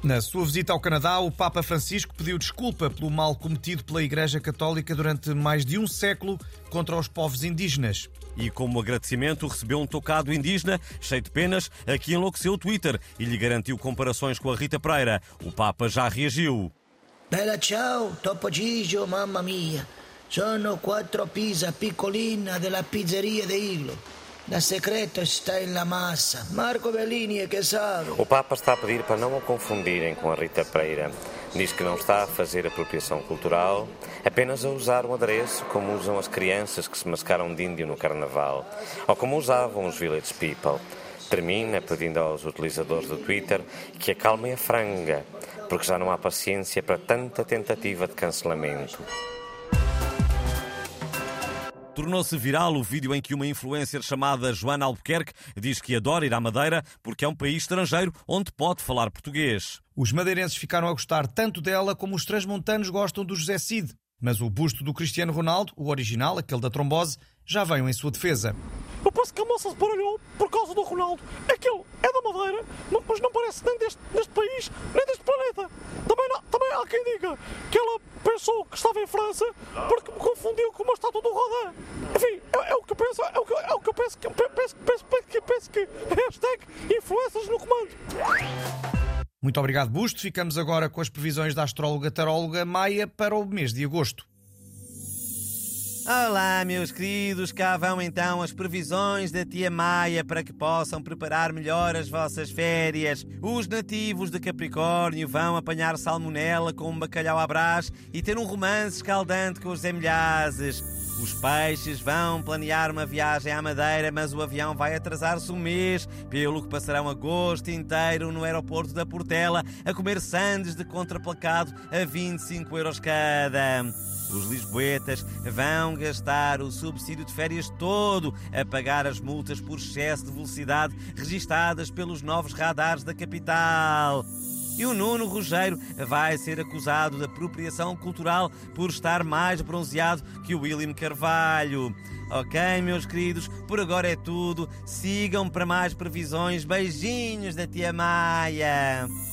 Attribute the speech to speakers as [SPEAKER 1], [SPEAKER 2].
[SPEAKER 1] Na sua visita ao Canadá, o Papa Francisco pediu desculpa pelo mal cometido pela Igreja Católica durante mais de um século contra os povos indígenas.
[SPEAKER 2] E como agradecimento recebeu um tocado indígena cheio de penas a que enlouqueceu o Twitter e lhe garantiu comparações com a Rita Pereira. O Papa já reagiu.
[SPEAKER 3] Bella ciao, Topo Gigio, mamma mia. Sono 4 pizza piccolina della pizzeria de Iglo. La secreto está en la massa. Marco Bellini é quesado.
[SPEAKER 4] O Papa está a pedir para não o confundirem com a Rita Pereira. Diz que não está a fazer apropriação cultural, apenas a usar um adereço como usam as crianças que se mascaram de índio no Carnaval, ou como usavam os Village People. Termina pedindo aos utilizadores do Twitter que acalmem a franga, porque já não há paciência para tanta tentativa de cancelamento.
[SPEAKER 2] Tornou-se viral o vídeo em que uma influencer chamada Joana Albuquerque diz que adora ir à Madeira porque é um país estrangeiro onde pode falar português.
[SPEAKER 1] Os madeirenses ficaram a gostar tanto dela como os transmontanos gostam do José Cid. Mas o busto do Cristiano Ronaldo, o original, aquele da trombose, já veio em sua defesa.
[SPEAKER 5] Eu penso que a moça se baralhou por causa do Ronaldo. Aquele é da Madeira, mas não parece nem deste país, nem deste planeta. Também há quem diga que ela pensou que estava em França porque me confundiu com uma estátua do Rodin. Enfim, é o que eu penso, penso que hashtag influências no comando.
[SPEAKER 1] Muito obrigado, Busto. Ficamos agora com as previsões da astróloga-taróloga Maia para o mês de agosto.
[SPEAKER 6] Olá, meus queridos, cá vão então as previsões da tia Maia para que possam preparar melhor as vossas férias. Os nativos de Capricórnio vão apanhar salmonela com um bacalhau à brás e ter um romance escaldante com os Zé Milhazes. Os peixes vão planear uma viagem à Madeira, mas o avião vai atrasar-se um mês, pelo que passarão agosto inteiro no aeroporto da Portela a comer sandes de contraplacado a 25 € cada. Os lisboetas vão gastar o subsídio de férias todo a pagar as multas por excesso de velocidade registadas pelos novos radares da capital. E o Nuno Rogério vai ser acusado de apropriação cultural por estar mais bronzeado que o William Carvalho. Ok, meus queridos, por agora é tudo. Sigam para mais previsões. Beijinhos da tia Maia.